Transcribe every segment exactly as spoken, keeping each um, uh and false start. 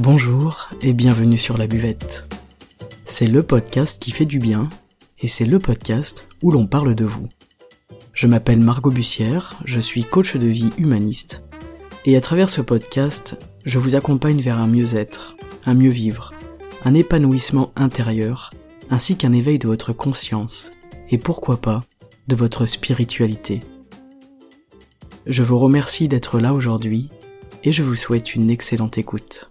Bonjour et bienvenue sur La Buvette. C'est le podcast qui fait du bien et c'est le podcast où l'on parle de vous. Je m'appelle Margot Bussière, je suis coach de vie humaniste et à travers ce podcast, je vous accompagne vers un mieux-être, un mieux vivre, un épanouissement intérieur ainsi qu'un éveil de votre conscience et pourquoi pas de votre spiritualité. Je vous remercie d'être là aujourd'hui et je vous souhaite une excellente écoute.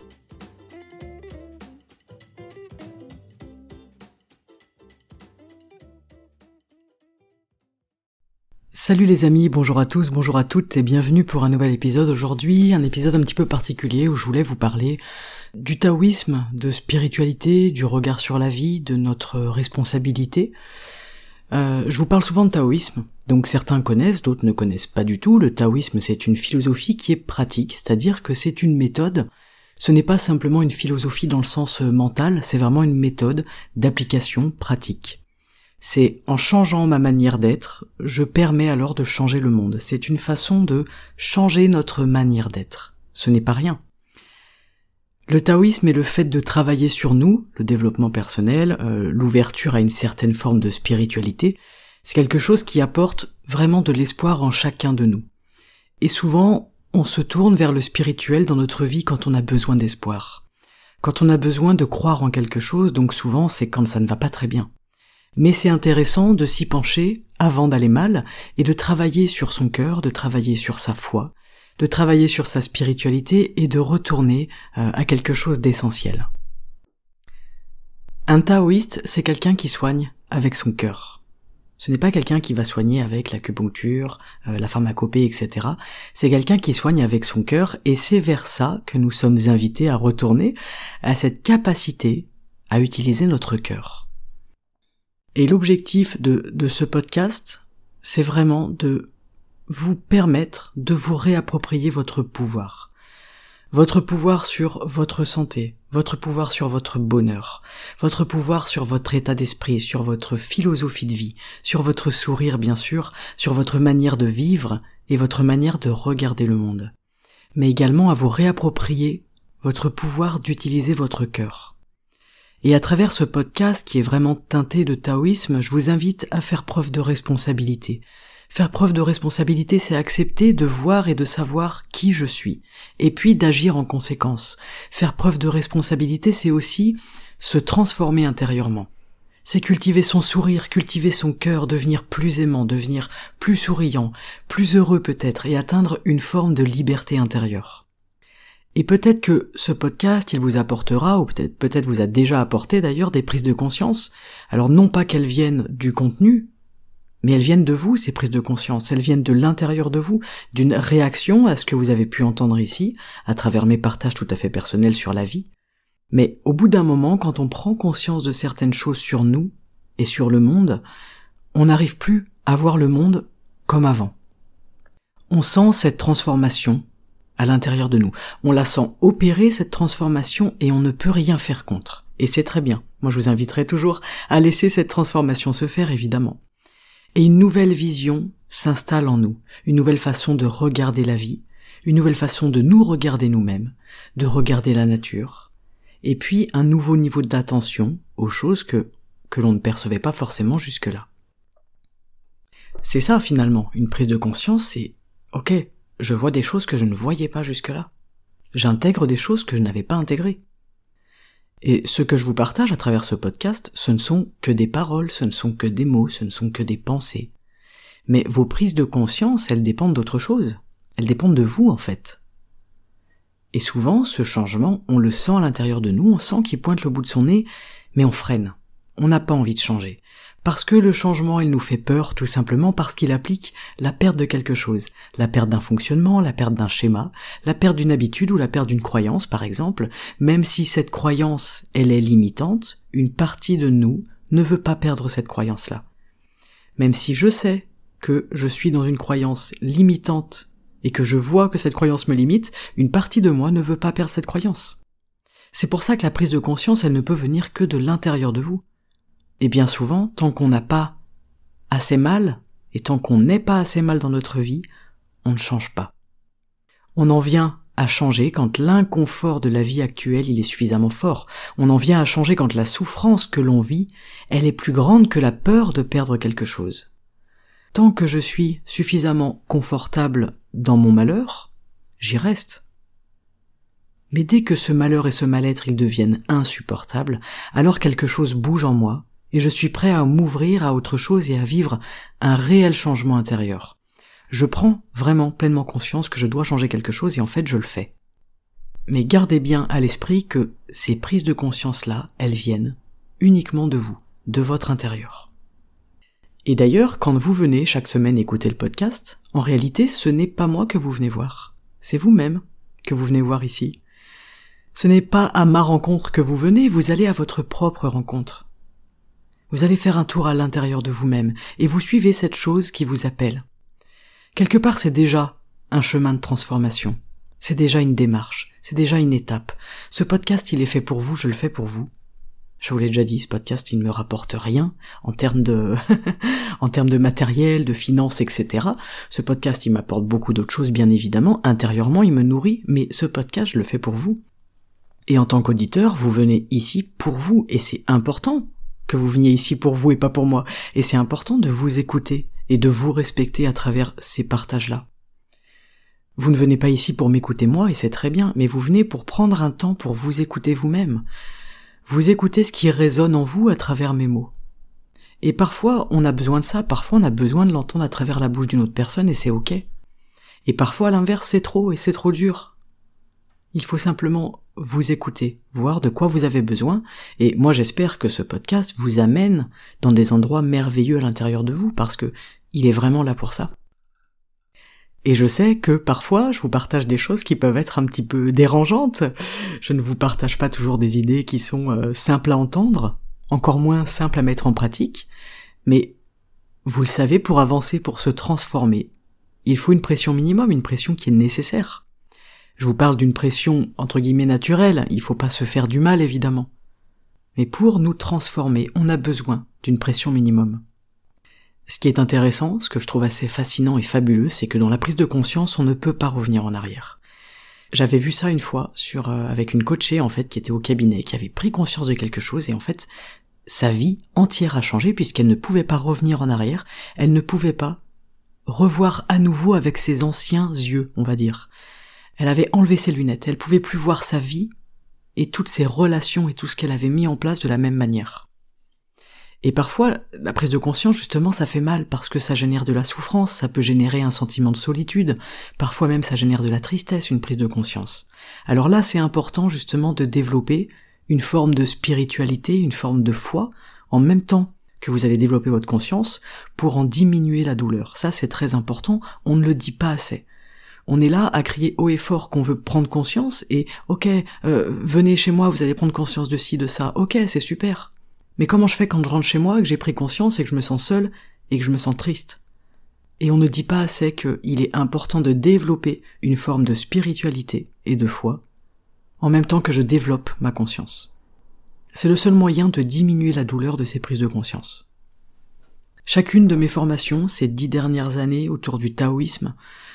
Salut les amis, bonjour à tous, bonjour à toutes et bienvenue pour un nouvel épisode aujourd'hui, un épisode un petit peu particulier où je voulais vous parler du taoïsme, de spiritualité, du regard sur la vie, de notre responsabilité. Euh, je vous parle souvent de taoïsme, donc certains connaissent, d'autres ne connaissent pas du tout. Le taoïsme, c'est une philosophie qui est pratique, c'est-à-dire que c'est une méthode. Ce n'est pas simplement une philosophie dans le sens mental, c'est vraiment une méthode d'application pratique. C'est en changeant ma manière d'être, je permets alors de changer le monde. C'est une façon de changer notre manière d'être. Ce n'est pas rien. Le taoïsme est le fait de travailler sur nous, le développement personnel, euh, l'ouverture à une certaine forme de spiritualité. C'est quelque chose qui apporte vraiment de l'espoir en chacun de nous. Et souvent, on se tourne vers le spirituel dans notre vie quand on a besoin d'espoir. Quand on a besoin de croire en quelque chose, donc souvent c'est quand ça ne va pas très bien. Mais c'est intéressant de s'y pencher avant d'aller mal et de travailler sur son cœur, de travailler sur sa foi, de travailler sur sa spiritualité et de retourner euh, à quelque chose d'essentiel. Un taoïste, c'est quelqu'un qui soigne avec son cœur. Ce n'est pas quelqu'un qui va soigner avec l'acupuncture, euh, la pharmacopée, et cetera. C'est quelqu'un qui soigne avec son cœur et c'est vers ça que nous sommes invités à retourner, à cette capacité à utiliser notre cœur. Et l'objectif de, de ce podcast, c'est vraiment de vous permettre de vous réapproprier votre pouvoir. Votre pouvoir sur votre santé, votre pouvoir sur votre bonheur, votre pouvoir sur votre état d'esprit, sur votre philosophie de vie, sur votre sourire bien sûr, sur votre manière de vivre et votre manière de regarder le monde. Mais également à vous réapproprier votre pouvoir d'utiliser votre cœur. Et à travers ce podcast qui est vraiment teinté de taoïsme, je vous invite à faire preuve de responsabilité. Faire preuve de responsabilité, c'est accepter de voir et de savoir qui je suis, et puis d'agir en conséquence. Faire preuve de responsabilité, c'est aussi se transformer intérieurement. C'est cultiver son sourire, cultiver son cœur, devenir plus aimant, devenir plus souriant, plus heureux peut-être, et atteindre une forme de liberté intérieure. Et peut-être que ce podcast, il vous apportera, ou peut-être peut-être vous a déjà apporté d'ailleurs, des prises de conscience. Alors non pas qu'elles viennent du contenu, mais elles viennent de vous, ces prises de conscience. Elles viennent de l'intérieur de vous, d'une réaction à ce que vous avez pu entendre ici, à travers mes partages tout à fait personnels sur la vie. Mais au bout d'un moment, quand on prend conscience de certaines choses sur nous et sur le monde, on n'arrive plus à voir le monde comme avant. On sent cette transformation à l'intérieur de nous. On la sent opérer, cette transformation, et on ne peut rien faire contre. Et c'est très bien. Moi, je vous inviterai toujours à laisser cette transformation se faire, évidemment. Et une nouvelle vision s'installe en nous. Une nouvelle façon de regarder la vie. Une nouvelle façon de nous regarder nous-mêmes. De regarder la nature. Et puis, un nouveau niveau d'attention aux choses que, que l'on ne percevait pas forcément jusque-là. C'est ça, finalement. Une prise de conscience, c'est « Ok, je vois des choses que je ne voyais pas jusque-là. J'intègre des choses que je n'avais pas intégrées. » Et ce que je vous partage à travers ce podcast, ce ne sont que des paroles, ce ne sont que des mots, ce ne sont que des pensées. Mais vos prises de conscience, elles dépendent d'autre chose. Elles dépendent de vous, en fait. Et souvent, ce changement, on le sent à l'intérieur de nous, on sent qu'il pointe le bout de son nez, mais on freine. On n'a pas envie de changer. Parce que le changement, il nous fait peur, tout simplement parce qu'il applique la perte de quelque chose. La perte d'un fonctionnement, la perte d'un schéma, la perte d'une habitude ou la perte d'une croyance, par exemple. Même si cette croyance, elle est limitante, une partie de nous ne veut pas perdre cette croyance-là. Même si je sais que je suis dans une croyance limitante et que je vois que cette croyance me limite, une partie de moi ne veut pas perdre cette croyance. C'est pour ça que la prise de conscience, elle ne peut venir que de l'intérieur de vous. Et bien souvent, tant qu'on n'a pas assez mal, et tant qu'on n'est pas assez mal dans notre vie, on ne change pas. On en vient à changer quand l'inconfort de la vie actuelle il est suffisamment fort. On en vient à changer quand la souffrance que l'on vit, elle est plus grande que la peur de perdre quelque chose. Tant que je suis suffisamment confortable dans mon malheur, j'y reste. Mais dès que ce malheur et ce mal-être ils deviennent insupportables, alors quelque chose bouge en moi, et je suis prêt à m'ouvrir à autre chose et à vivre un réel changement intérieur. Je prends vraiment pleinement conscience que je dois changer quelque chose et en fait je le fais. Mais gardez bien à l'esprit que ces prises de conscience-là, elles viennent uniquement de vous, de votre intérieur. Et d'ailleurs, quand vous venez chaque semaine écouter le podcast, en réalité ce n'est pas moi que vous venez voir, c'est vous-même que vous venez voir ici. Ce n'est pas à ma rencontre que vous venez, vous allez à votre propre rencontre. Vous allez faire un tour à l'intérieur de vous-même, et vous suivez cette chose qui vous appelle. Quelque part, c'est déjà un chemin de transformation. C'est déjà une démarche. C'est déjà une étape. Ce podcast, il est fait pour vous, je le fais pour vous. Je vous l'ai déjà dit, ce podcast, il ne me rapporte rien en termes de, en termes de matériel, de finances, et cetera. Ce podcast, il m'apporte beaucoup d'autres choses, bien évidemment. Intérieurement, il me nourrit, mais ce podcast, je le fais pour vous. Et en tant qu'auditeur, vous venez ici pour vous, et c'est important que vous veniez ici pour vous et pas pour moi. Et c'est important de vous écouter et de vous respecter à travers ces partages-là. Vous ne venez pas ici pour m'écouter moi, et c'est très bien, mais vous venez pour prendre un temps pour vous écouter vous-même. Vous écoutez ce qui résonne en vous à travers mes mots. Et parfois, on a besoin de ça, parfois on a besoin de l'entendre à travers la bouche d'une autre personne, et c'est ok. Et parfois, à l'inverse, c'est trop, et c'est trop dur. Il faut simplement vous écouter, voir de quoi vous avez besoin, et moi j'espère que ce podcast vous amène dans des endroits merveilleux à l'intérieur de vous, parce que il est vraiment là pour ça. Et je sais que parfois je vous partage des choses qui peuvent être un petit peu dérangeantes, je ne vous partage pas toujours des idées qui sont euh, simples à entendre, encore moins simples à mettre en pratique, mais vous le savez, pour avancer, pour se transformer, il faut une pression minimum, une pression qui est nécessaire. Je vous parle d'une pression, entre guillemets, naturelle, il faut pas se faire du mal, évidemment. Mais pour nous transformer, on a besoin d'une pression minimum. Ce qui est intéressant, ce que je trouve assez fascinant et fabuleux, c'est que dans la prise de conscience, on ne peut pas revenir en arrière. J'avais vu ça une fois sur euh, avec une coachée, en fait, qui était au cabinet, qui avait pris conscience de quelque chose, et en fait, sa vie entière a changé, puisqu'elle ne pouvait pas revenir en arrière, elle ne pouvait pas revoir à nouveau avec ses anciens yeux, on va dire. Elle avait enlevé ses lunettes, elle pouvait plus voir sa vie et toutes ses relations et tout ce qu'elle avait mis en place de la même manière. Et parfois, la prise de conscience, justement, ça fait mal parce que ça génère de la souffrance, ça peut générer un sentiment de solitude, parfois même ça génère de la tristesse, une prise de conscience. Alors là, c'est important justement de développer une forme de spiritualité, une forme de foi, en même temps que vous allez développer votre conscience pour en diminuer la douleur. Ça, c'est très important, on ne le dit pas assez. On est là à crier haut et fort qu'on veut prendre conscience et ok, euh, venez chez moi, vous allez prendre conscience de ci, de ça, ok, c'est super. Mais comment je fais quand je rentre chez moi, que j'ai pris conscience et que je me sens seul et que je me sens triste? Et on ne dit pas assez qu'il est important de développer une forme de spiritualité et de foi, en même temps que je développe ma conscience. C'est le seul moyen de diminuer la douleur de ces prises de conscience. Chacune de mes formations, ces dix dernières années autour du taoïsme,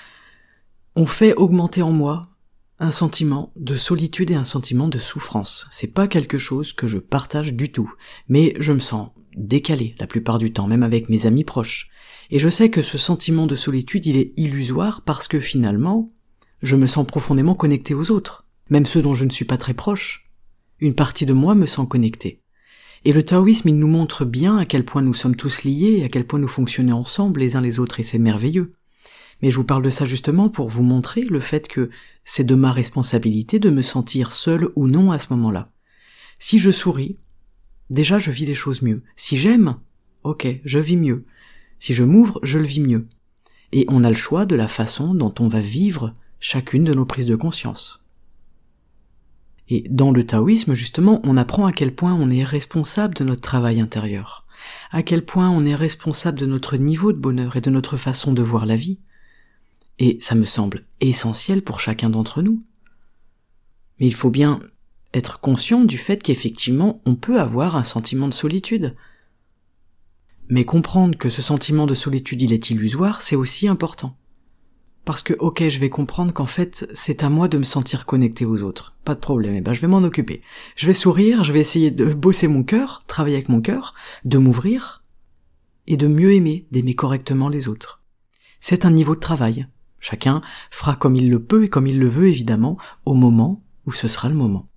ont fait augmenter en moi un sentiment de solitude et un sentiment de souffrance. C'est pas quelque chose que je partage du tout, mais je me sens décalé la plupart du temps, même avec mes amis proches. Et je sais que ce sentiment de solitude, il est illusoire parce que finalement, je me sens profondément connecté aux autres, même ceux dont je ne suis pas très proche. Une partie de moi me sent connecté. Et le taoïsme, il nous montre bien à quel point nous sommes tous liés, à quel point nous fonctionnons ensemble les uns les autres, et c'est merveilleux. Mais je vous parle de ça justement pour vous montrer le fait que c'est de ma responsabilité de me sentir seul ou non à ce moment-là. Si je souris, déjà je vis les choses mieux. Si j'aime, ok, je vis mieux. Si je m'ouvre, je le vis mieux. Et on a le choix de la façon dont on va vivre chacune de nos prises de conscience. Et dans le taoïsme, justement, on apprend à quel point on est responsable de notre travail intérieur, à quel point on est responsable de notre niveau de bonheur et de notre façon de voir la vie. Et ça me semble essentiel pour chacun d'entre nous. Mais il faut bien être conscient du fait qu'effectivement, on peut avoir un sentiment de solitude. Mais comprendre que ce sentiment de solitude, il est illusoire, c'est aussi important. parce que ok, je vais comprendre qu'en fait, c'est à moi de me sentir connecté aux autres. Pas de problème, eh ben je vais m'en occuper. Je vais sourire, je vais essayer de bosser mon cœur, travailler avec mon cœur, de m'ouvrir, et de mieux aimer, d'aimer correctement les autres. C'est un niveau de travail. Chacun fera comme il le peut et comme il le veut, évidemment, au moment où ce sera le moment.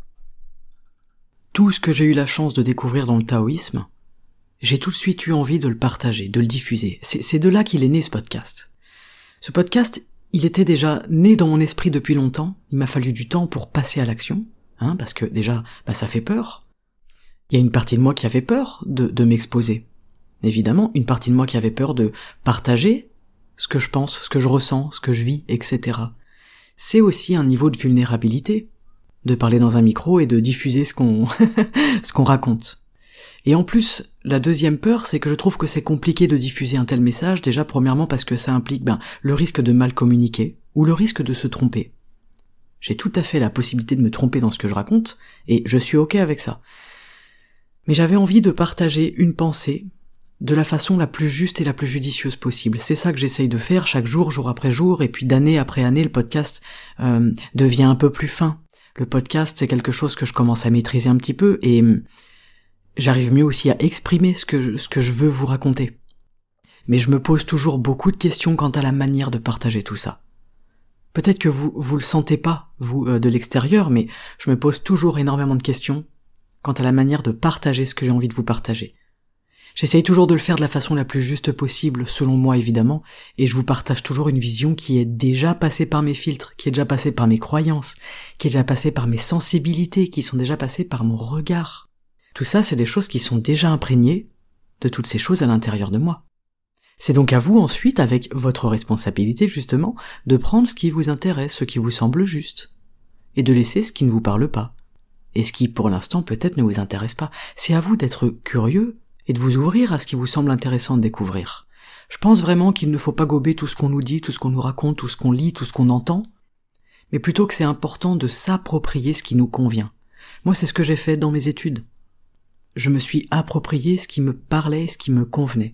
Tout ce que j'ai eu la chance de découvrir dans le taoïsme, j'ai tout de suite eu envie de le partager, de le diffuser. C'est, c'est de là qu'il est né ce podcast. Ce podcast, il était déjà né dans mon esprit depuis longtemps. Il m'a fallu du temps pour passer à l'action, hein, parce que déjà, bah, ça fait peur. Il y a une partie de moi qui avait peur de, de m'exposer. Évidemment, une partie de moi qui avait peur de partager ce que je pense, ce que je ressens, ce que je vis, et cetera. C'est aussi un niveau de vulnérabilité, de parler dans un micro et de diffuser ce qu'on, ce qu'on raconte. Et en plus, la deuxième peur, c'est que je trouve que c'est compliqué de diffuser un tel message, déjà premièrement parce que ça implique ben, le risque de mal communiquer, ou le risque de se tromper. J'ai tout à fait la possibilité de me tromper dans ce que je raconte, et je suis ok avec ça. Mais j'avais envie de partager une pensée de la façon la plus juste et la plus judicieuse possible. C'est ça que j'essaye de faire chaque jour, jour après jour, et puis d'année après année, le podcast euh, devient un peu plus fin. Le podcast, c'est quelque chose que je commence à maîtriser un petit peu, et j'arrive mieux aussi à exprimer ce que je, ce que je veux vous raconter. Mais je me pose toujours beaucoup de questions quant à la manière de partager tout ça. Peut-être que vous vous le sentez pas, vous, euh, de l'extérieur, mais je me pose toujours énormément de questions quant à la manière de partager ce que j'ai envie de vous partager. J'essaye toujours de le faire de la façon la plus juste possible, selon moi évidemment, et je vous partage toujours une vision qui est déjà passée par mes filtres, qui est déjà passée par mes croyances, qui est déjà passée par mes sensibilités, qui sont déjà passées par mon regard. Tout ça, c'est des choses qui sont déjà imprégnées de toutes ces choses à l'intérieur de moi. C'est donc à vous ensuite, avec votre responsabilité justement, de prendre ce qui vous intéresse, ce qui vous semble juste, et de laisser ce qui ne vous parle pas, et ce qui pour l'instant peut-être ne vous intéresse pas. C'est à vous d'être curieux et de vous ouvrir à ce qui vous semble intéressant de découvrir. Je pense vraiment qu'il ne faut pas gober tout ce qu'on nous dit, tout ce qu'on nous raconte, tout ce qu'on lit, tout ce qu'on entend, mais plutôt que c'est important de s'approprier ce qui nous convient. Moi, c'est ce que j'ai fait dans mes études. Je me suis approprié ce qui me parlait, ce qui me convenait.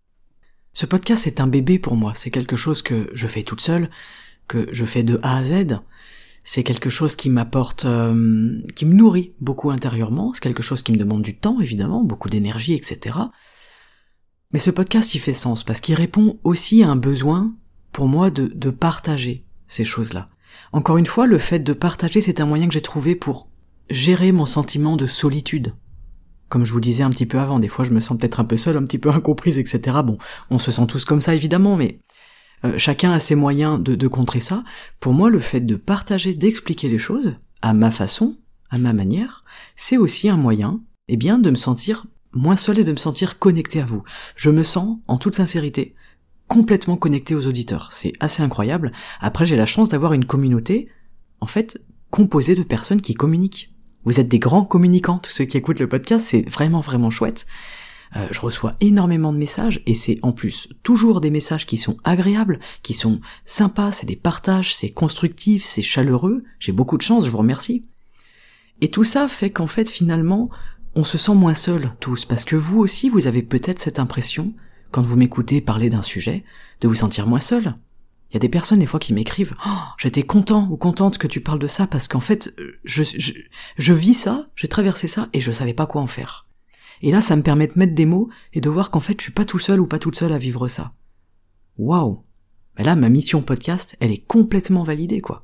Ce podcast, c'est un bébé pour moi, c'est quelque chose que je fais toute seule, que je fais de A à Z, c'est quelque chose qui m'apporte, euh, qui me nourrit beaucoup intérieurement, c'est quelque chose qui me demande du temps, évidemment, beaucoup d'énergie, et cetera. Mais ce podcast, il fait sens, parce qu'il répond aussi à un besoin, pour moi, de, de partager ces choses-là. Encore une fois, le fait de partager, c'est un moyen que j'ai trouvé pour gérer mon sentiment de solitude. Comme je vous disais un petit peu avant, des fois je me sens peut-être un peu seule, un petit peu incomprise, et cetera. Bon, on se sent tous comme ça évidemment, mais euh, chacun a ses moyens de, de contrer ça. Pour moi, le fait de partager, d'expliquer les choses, à ma façon, à ma manière, c'est aussi un moyen, eh bien, de me sentir moins seul et de me sentir connecté à vous. Je me sens, en toute sincérité, complètement connecté aux auditeurs. C'est assez incroyable. Après, j'ai la chance d'avoir une communauté, en fait, composée de personnes qui communiquent. Vous êtes des grands communicants, tous ceux qui écoutent le podcast, c'est vraiment vraiment chouette. Euh, je reçois énormément de messages, et c'est en plus toujours des messages qui sont agréables, qui sont sympas, c'est des partages, c'est constructif, c'est chaleureux, j'ai beaucoup de chance, je vous remercie. Et tout ça fait qu'en fait finalement, on se sent moins seul tous, parce que vous aussi vous avez peut-être cette impression, quand vous m'écoutez parler d'un sujet, de vous sentir moins seul. Il y a des personnes des fois qui m'écrivent « Oh, j'étais content ou contente que tu parles de ça parce qu'en fait, je, je, je vis ça, j'ai traversé ça et je savais pas quoi en faire. » Et là, ça me permet de mettre des mots et de voir qu'en fait, je suis pas tout seul ou pas toute seule à vivre ça. Waouh! Mais là, ma mission podcast, elle est complètement validée, quoi.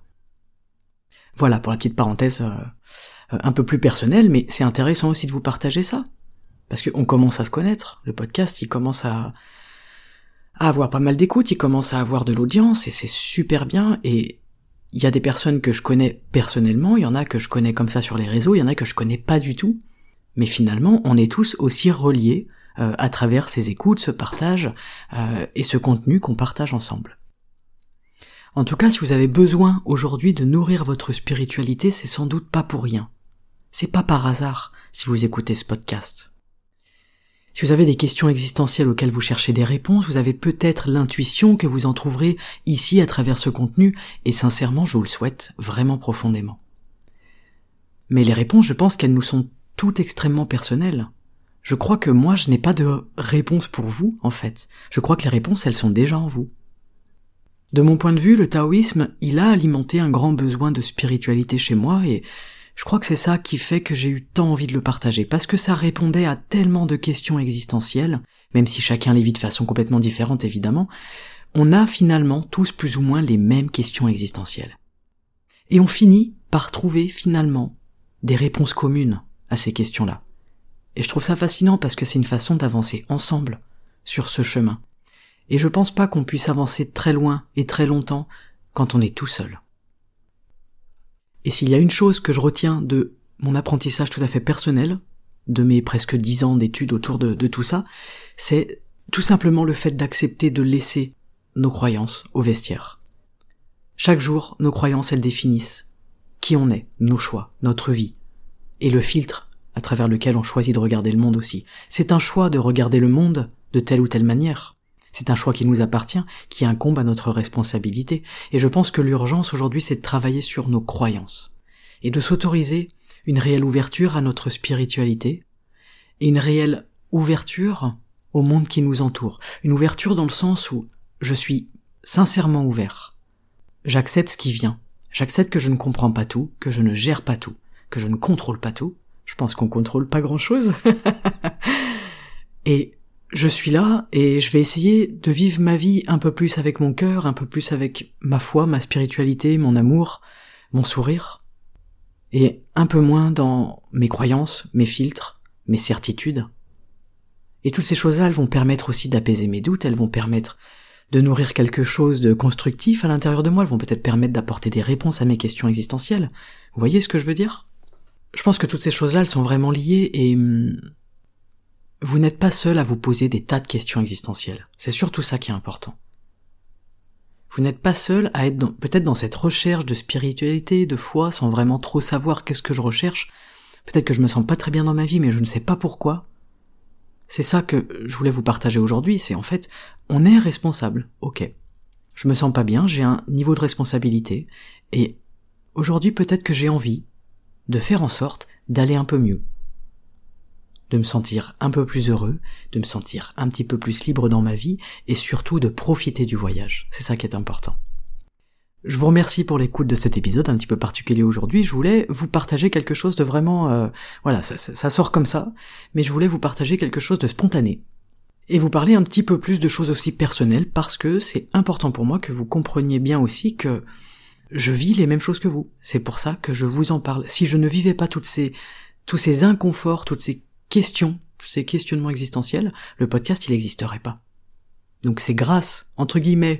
Voilà, pour la petite parenthèse euh, un peu plus personnelle, mais c'est intéressant aussi de vous partager ça. Parce qu'on commence à se connaître, le podcast, il commence à... à avoir pas mal d'écoute, il commence à avoir de l'audience, et c'est super bien, et il y a des personnes que je connais personnellement, il y en a que je connais comme ça sur les réseaux, il y en a que je connais pas du tout, mais finalement, on est tous aussi reliés euh, à travers ces écoutes, ce partage, euh, et ce contenu qu'on partage ensemble. En tout cas, si vous avez besoin aujourd'hui de nourrir votre spiritualité, c'est sans doute pas pour rien. C'est pas par hasard si vous écoutez ce podcast. Si vous avez des questions existentielles auxquelles vous cherchez des réponses, vous avez peut-être l'intuition que vous en trouverez ici à travers ce contenu, et sincèrement, je vous le souhaite vraiment profondément. Mais les réponses, je pense qu'elles nous sont toutes extrêmement personnelles. Je crois que moi, je n'ai pas de réponse pour vous, en fait. Je crois que les réponses, elles sont déjà en vous. De mon point de vue, le taoïsme, il a alimenté un grand besoin de spiritualité chez moi et je crois que c'est ça qui fait que j'ai eu tant envie de le partager, parce que ça répondait à tellement de questions existentielles, même si chacun les vit de façon complètement différente évidemment, on a finalement tous plus ou moins les mêmes questions existentielles. Et on finit par trouver finalement des réponses communes à ces questions-là. Et je trouve ça fascinant parce que c'est une façon d'avancer ensemble sur ce chemin. Et je pense pas qu'on puisse avancer très loin et très longtemps quand on est tout seul. Et s'il y a une chose que je retiens de mon apprentissage tout à fait personnel, de mes presque dix ans d'études autour de, de tout ça, c'est tout simplement le fait d'accepter de laisser nos croyances au vestiaire. Chaque jour, nos croyances, elles définissent qui on est, nos choix, notre vie, et le filtre à travers lequel on choisit de regarder le monde aussi. C'est un choix de regarder le monde de telle ou telle manière. C'est un choix qui nous appartient, qui incombe à notre responsabilité. Et je pense que l'urgence aujourd'hui, c'est de travailler sur nos croyances. Et de s'autoriser une réelle ouverture à notre spiritualité, et une réelle ouverture au monde qui nous entoure. Une ouverture dans le sens où je suis sincèrement ouvert. J'accepte ce qui vient. J'accepte que je ne comprends pas tout, que je ne gère pas tout, que je ne contrôle pas tout. Je pense qu'on contrôle pas grand-chose. Et je suis là et je vais essayer de vivre ma vie un peu plus avec mon cœur, un peu plus avec ma foi, ma spiritualité, mon amour, mon sourire, et un peu moins dans mes croyances, mes filtres, mes certitudes. Et toutes ces choses-là, elles vont permettre aussi d'apaiser mes doutes, elles vont permettre de nourrir quelque chose de constructif à l'intérieur de moi, elles vont peut-être permettre d'apporter des réponses à mes questions existentielles. Vous voyez ce que je veux dire ? Je pense que toutes ces choses-là, elles sont vraiment liées et vous n'êtes pas seul à vous poser des tas de questions existentielles. C'est surtout ça qui est important. Vous n'êtes pas seul à être dans, peut-être dans cette recherche de spiritualité, de foi, sans vraiment trop savoir qu'est-ce que je recherche. Peut-être que je me sens pas très bien dans ma vie, mais je ne sais pas pourquoi. C'est ça que je voulais vous partager aujourd'hui, c'est en fait, on est responsable, ok. Je me sens pas bien, j'ai un niveau de responsabilité, et aujourd'hui peut-être que j'ai envie de faire en sorte d'aller un peu mieux. De me sentir un peu plus heureux, de me sentir un petit peu plus libre dans ma vie, et surtout de profiter du voyage. C'est ça qui est important. Je vous remercie pour l'écoute de cet épisode un petit peu particulier aujourd'hui. Je voulais vous partager quelque chose de vraiment... Euh, voilà, ça, ça, ça sort comme ça, mais je voulais vous partager quelque chose de spontané. Et vous parler un petit peu plus de choses aussi personnelles, parce que c'est important pour moi que vous compreniez bien aussi que je vis les mêmes choses que vous. C'est pour ça que je vous en parle. Si je ne vivais pas toutes ces, tous ces inconforts, toutes ces questions, tous ces questionnements existentiels, le podcast il n'existerait pas. Donc c'est grâce, entre guillemets,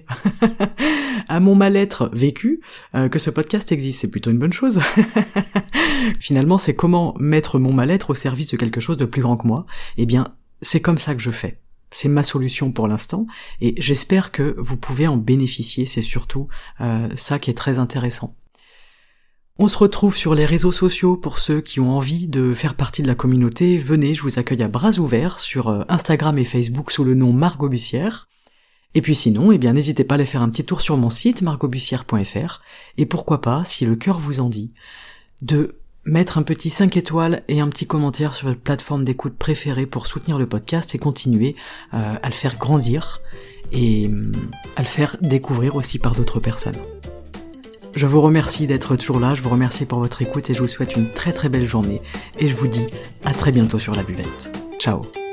à mon mal-être vécu euh, que ce podcast existe. C'est plutôt une bonne chose. Finalement, c'est comment mettre mon mal-être au service de quelque chose de plus grand que moi. Eh bien, c'est comme ça que je fais. C'est ma solution pour l'instant, et j'espère que vous pouvez en bénéficier, c'est surtout euh, ça qui est très intéressant. On se retrouve sur les réseaux sociaux pour ceux qui ont envie de faire partie de la communauté. Venez, je vous accueille à bras ouverts sur euh, Instagram et Facebook sous le nom Margot Bussière. Et puis sinon, eh bien n'hésitez pas à aller faire un petit tour sur mon site margot bussière point f r, et pourquoi pas, si le cœur vous en dit, de mettre un petit cinq étoiles et un petit commentaire sur votre plateforme d'écoute préférée pour soutenir le podcast et continuer euh, à le faire grandir et euh, à le faire découvrir aussi par d'autres personnes. Je vous remercie d'être toujours là, je vous remercie pour votre écoute et je vous souhaite une très très belle journée et je vous dis à très bientôt sur la buvette. Ciao.